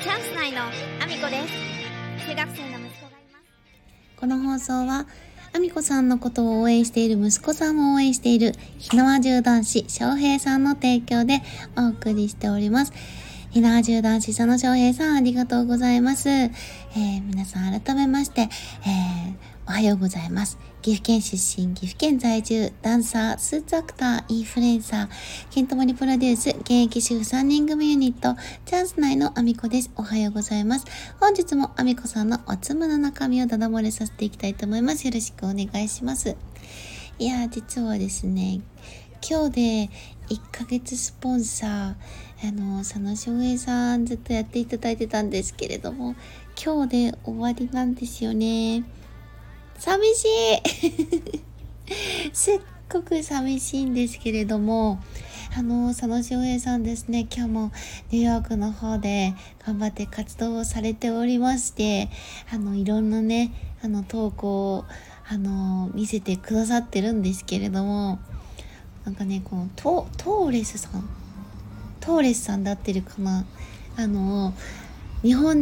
チャンス内のアミコです。中学生の息子がいます。 この放送はアミコさんのことを応援している息子さんを応援している火縄銃男子翔平さんの提供でお送りしております。火縄銃男子佐野翔平さん、ありがとうございます。皆さん改めまして、おはようございます。岐阜県出身、岐阜県在住、ダンサー、スーツアクター、インフルエンサー、ケントモリプロデュース、現役主婦3人組ユニット、チャンス内のアミコです。おはようございます。本日もアミコさんのおつむの中身をダダ漏れさせていきたいと思います。よろしくお願いします。いや、実はですね、今日で1ヶ月スポンサー、佐野翔平さんずっとやっていただいてたんですけれども、今日で終わりなんですよね。寂しいすっごく寂しいんですけれども、佐野翔平さんですね、今日もニューヨークの方で頑張って活動をされておりまして、いろんなね、投稿を、見せてくださってるんですけれども、なんかね、このトーレスさんで合ってるかな、日本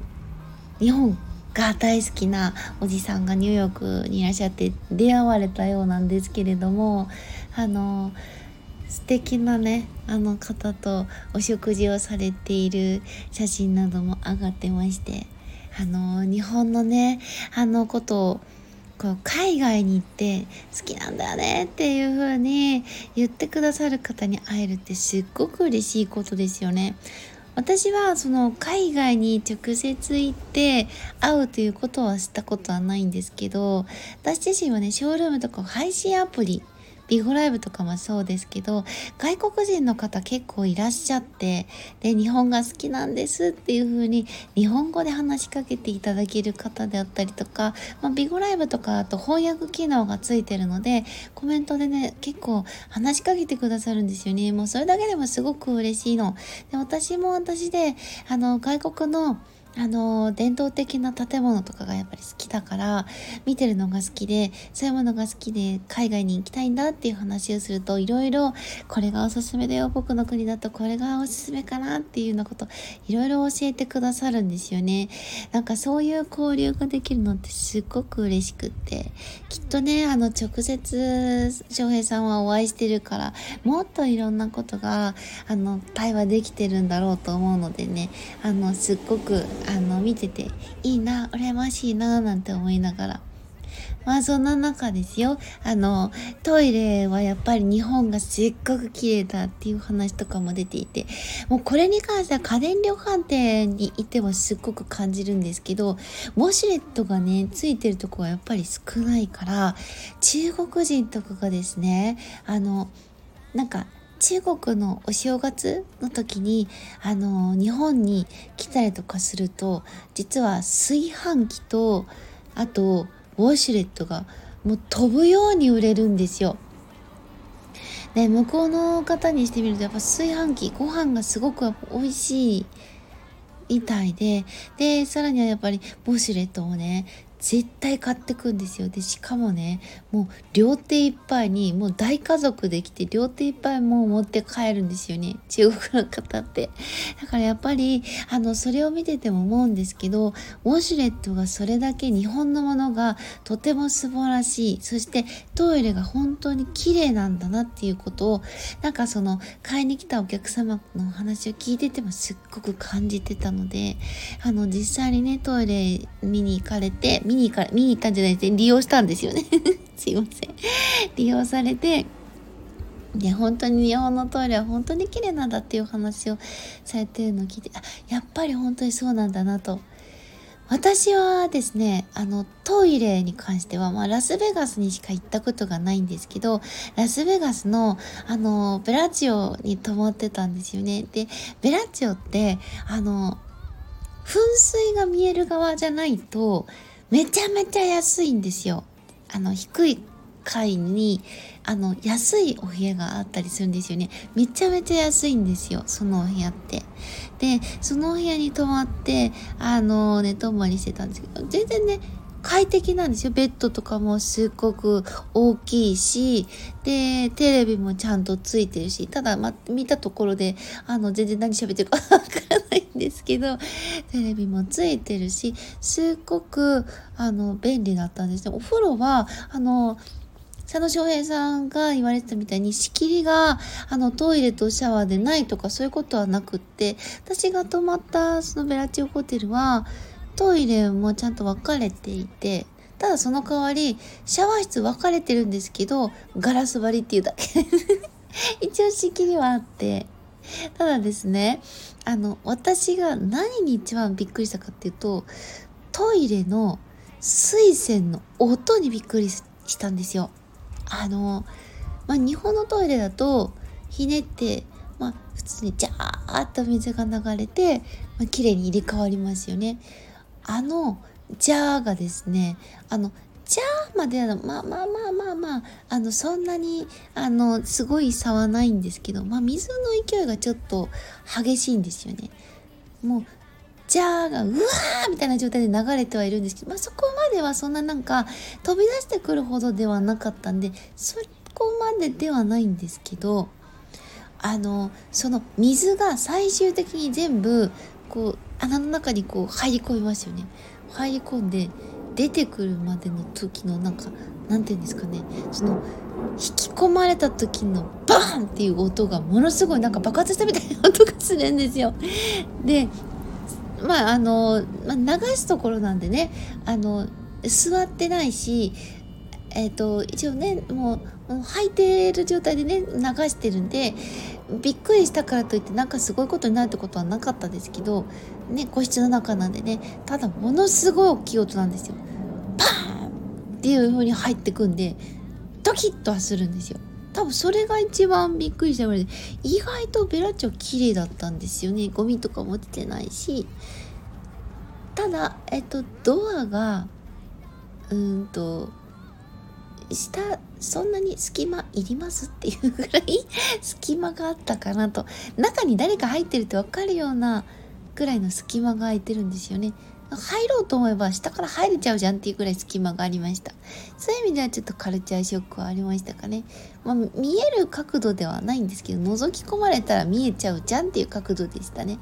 が大好きなおじさんがニューヨークにいらっしゃって出会われたようなんですけれども、素敵なね方とお食事をされている写真なども上がってまして、日本のねことをこう海外に行って好きなんだよねっていう風に言ってくださる方に会えるってすっごく嬉しいことですよね。私はその海外に直接行って会うということはしたことはないんですけど、私自身はねショールームとか配信アプリビゴライブとかもそうですけど、外国人の方結構いらっしゃって、で日本が好きなんですっていう風に日本語で話しかけていただける方であったりとか、ビゴライブとかあと翻訳機能がついてるのでコメントでね結構話しかけてくださるんですよね。もうそれだけでもすごく嬉しいので、私も私で外国の伝統的な建物とかがやっぱり好きだから見てるのが好きで、そういうものが好きで海外に行きたいんだっていう話をすると、いろいろこれがおすすめだよ、僕の国だとこれがおすすめかなっていうようなこといろいろ教えてくださるんですよね。なんかそういう交流ができるのってすっごく嬉しくって、きっとね直接翔平さんはお会いしてるからもっといろんなことが対話できてるんだろうと思うのでね、すっごく見てていいな、羨ましいななんて思いながら、そんな中ですよ、トイレはやっぱり日本がすっごく綺麗だっていう話とかも出ていて、もうこれに関しては家電量販店にいてもすっごく感じるんですけど、ウォシュレットがねついてるとこはやっぱり少ないから、中国人とかがですねなんか中国のお正月の時に日本に来たりとかすると、実は炊飯器とあとウォシュレットがもう飛ぶように売れるんですよ。で向こうの方にしてみるとやっぱ炊飯器ご飯がすごく美味しいみたいで、さらにはやっぱりウォシュレットをね絶対買ってくんですよ。でしかもねもう両手いっぱいにもう大家族できて両手いっぱいもう持って帰るんですよね、中国の方って。だからやっぱりそれを見てても思うんですけど、ウォシュレットがそれだけ日本のものがとても素晴らしい、そしてトイレが本当に綺麗なんだなっていうことを買いに来たお客様のお話を聞いててもすっごく感じてたので、実際にねトイレ見に行ったんじゃないですね、利用したんですよねすいません、利用されて、で本当に日本のトイレは本当に綺麗なんだっていう話をされてるのを聞いて、やっぱり本当にそうなんだなと。私はですねトイレに関しては、ラスベガスにしか行ったことがないんですけど、ラスベガスのベラチオに泊まってたんですよね。でベラチオって噴水が見える側じゃないとめちゃめちゃ安いんですよ。低い階に安いお部屋があったりするんですよね。めちゃめちゃ安いんですよ、そのお部屋って。でそのお部屋に泊まって寝泊まりしてたんですけど、全然ね快適なんですよ。ベッドとかもすっごく大きいし、でテレビもちゃんとついてるし、ただ、見たところで全然何喋ってるかわからないんですけど、テレビもついてるし、すっごく便利だったんですね。お風呂は佐野翔平さんが言われてたみたいに仕切りがトイレとシャワーでないとかそういうことはなくって、私が泊まったそのベラチオホテルはトイレもちゃんと分かれていて、ただその代わりシャワー室分かれてるんですけどガラス張りっていうだけ一応仕切りはあって、ただですね、私が何に一番びっくりしたかっていうと、トイレの水栓の音にびっくりしたんですよ。日本のトイレだとひねって、普通にジャーっと水が流れて、綺麗に入れ替わりますよね。ジャーがですね、ジャーまではそんなにすごい差はないんですけど、水の勢いがちょっと激しいんですよね。もうジャーがうわーみたいな状態で流れてはいるんですけど、そこまではそんな飛び出してくるほどではなかったんで、そこまでではないんですけど、その水が最終的に全部穴の中に入り込みますよね。入り込んで出てくるまでの時のなんていうんですかね、その引き込まれた時のバーンっていう音がものすごい爆発したみたいな音がするんですよ。で流すところなんでね、座ってないし、一応ねもう履いてる状態でね流してるんで、びっくりしたからといってすごいことになるってことはなかったですけどね、個室の中なんでね、ただものすごい大きい音なんですよ。パーンっていう風に入ってくんでドキッとはするんですよ。多分それが一番びっくりしたぐらいで、意外とベラチョ綺麗だったんですよね。ゴミとかも落ちてないし、ただドアが下そんなに隙間いりますっていうぐらい隙間があったかなと、中に誰か入ってるって分かるようなぐらいの隙間が空いてるんですよね。入ろうと思えば下から入れちゃうじゃんっていうぐらい隙間がありました。そういう意味ではちょっとカルチャーショックはありましたかね。見える角度ではないんですけど、覗き込まれたら見えちゃうじゃんっていう角度でしたね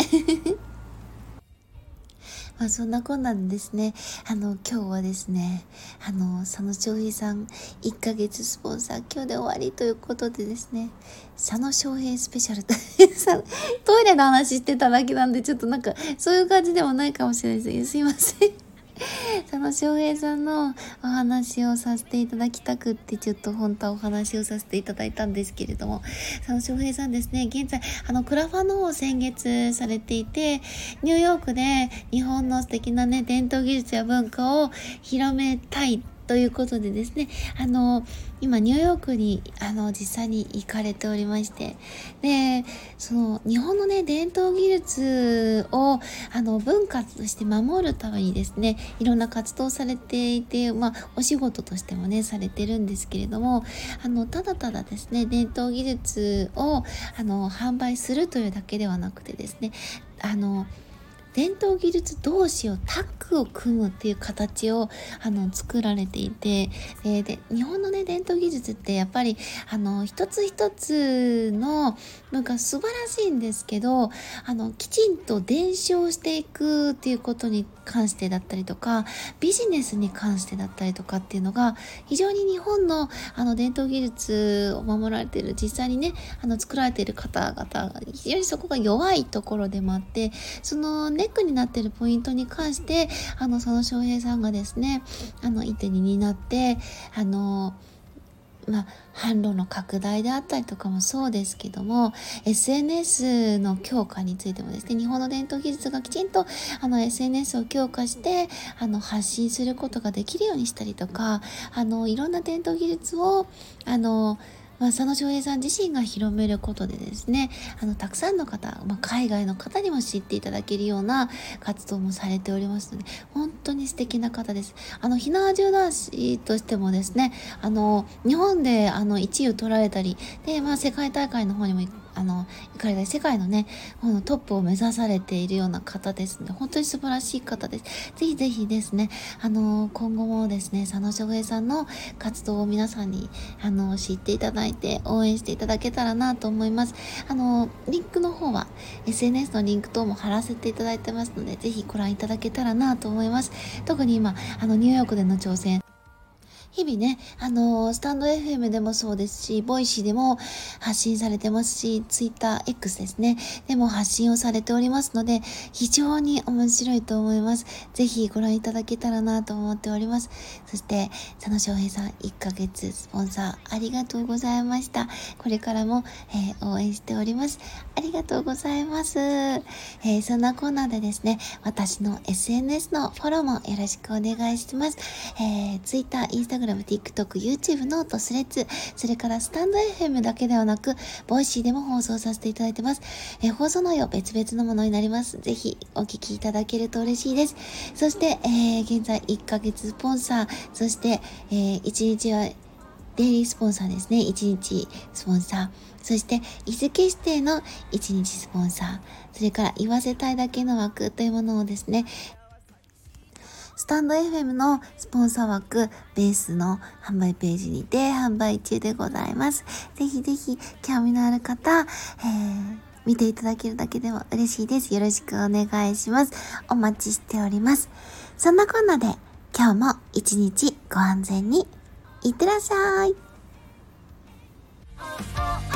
そんなこんなんですね、今日はですね、佐野翔平さん1ヶ月スポンサー今日で終わりということでですね、佐野翔平スペシャルトイレの話してただけなんで、ちょっとそういう感じでもないかもしれないです。すいません佐野翔平さんのお話をさせていただきたくって、ちょっと本当はお話をさせていただいたんですけれども、佐野翔平さんですね、現在クラファの方を先月されていて、ニューヨークで日本の素敵なね伝統技術や文化を広めたいということでですね、今ニューヨークに実際に行かれておりまして、でその日本のね伝統技術を文化として守るためにですね、いろんな活動されていて、お仕事としてもねされてるんですけれども、ただただですね伝統技術を販売するというだけではなくてですね、伝統技術同士をタッグを組むっていう形を作られていて、で日本のね伝統技術ってやっぱり一つ一つの文化素晴らしいんですけど、きちんと伝承していくっていうことに関してだったりとか、ビジネスに関してだったりとかっていうのが非常に日本の伝統技術を守られている、実際にね作られている方々が非常にそこが弱いところでもあって、そのネックになっているポイントに関して佐野翔平さんがですね一手に担って販路の拡大であったりとかもそうですけども、 SNS の強化についてもですね、日本の伝統技術がきちんとSNS を強化して発信することができるようにしたりとか、いろんな伝統技術を佐野翔平さん自身が広めることでですね、たくさんの方、海外の方にも知っていただけるような活動もされておりますので、本当に素敵な方です。ひなわじゅう男子としてもですね、日本で1位を取られたりで、世界大会の方にも行かれた世界のね、トップを目指されているような方ですので、本当に素晴らしい方です。ぜひぜひですね、今後もですね、佐野翔平さんの活動を皆さんに、知っていただいて、応援していただけたらなと思います。リンクの方は、SNS のリンク等も貼らせていただいてますので、ぜひご覧いただけたらなと思います。特に今、ニューヨークでの挑戦、日々ね、スタンド FM でもそうですし、ボイシーでも発信されてますし、ツイッター X ですね、でも発信をされておりますので、非常に面白いと思います。ぜひご覧いただけたらなと思っております。そして、佐野翔平さん1ヶ月スポンサーありがとうございました。これからも、応援しております。ありがとうございます。そんなコーナーでですね、私の SNS のフォローもよろしくお願いします。Twitter、Instagram、TikTok、YouTube のスレッズ、それからスタンド FM だけではなく、ボイシーでも放送させていただいてます。放送内容別々のものになります。ぜひお聞きいただけると嬉しいです。そして、現在1ヶ月スポンサー、そして、1日はデイリースポンサーですね。1日スポンサー。そして、日付指定の1日スポンサー。それから言わせたいだけの枠というものをですね、スタンド FM のスポンサー枠ベースの販売ページにて販売中でございます。ぜひぜひ興味のある方、見ていただけるだけでも嬉しいです。よろしくお願いします。お待ちしております。そんなこんなで今日も一日ご安全にいってらっしゃい。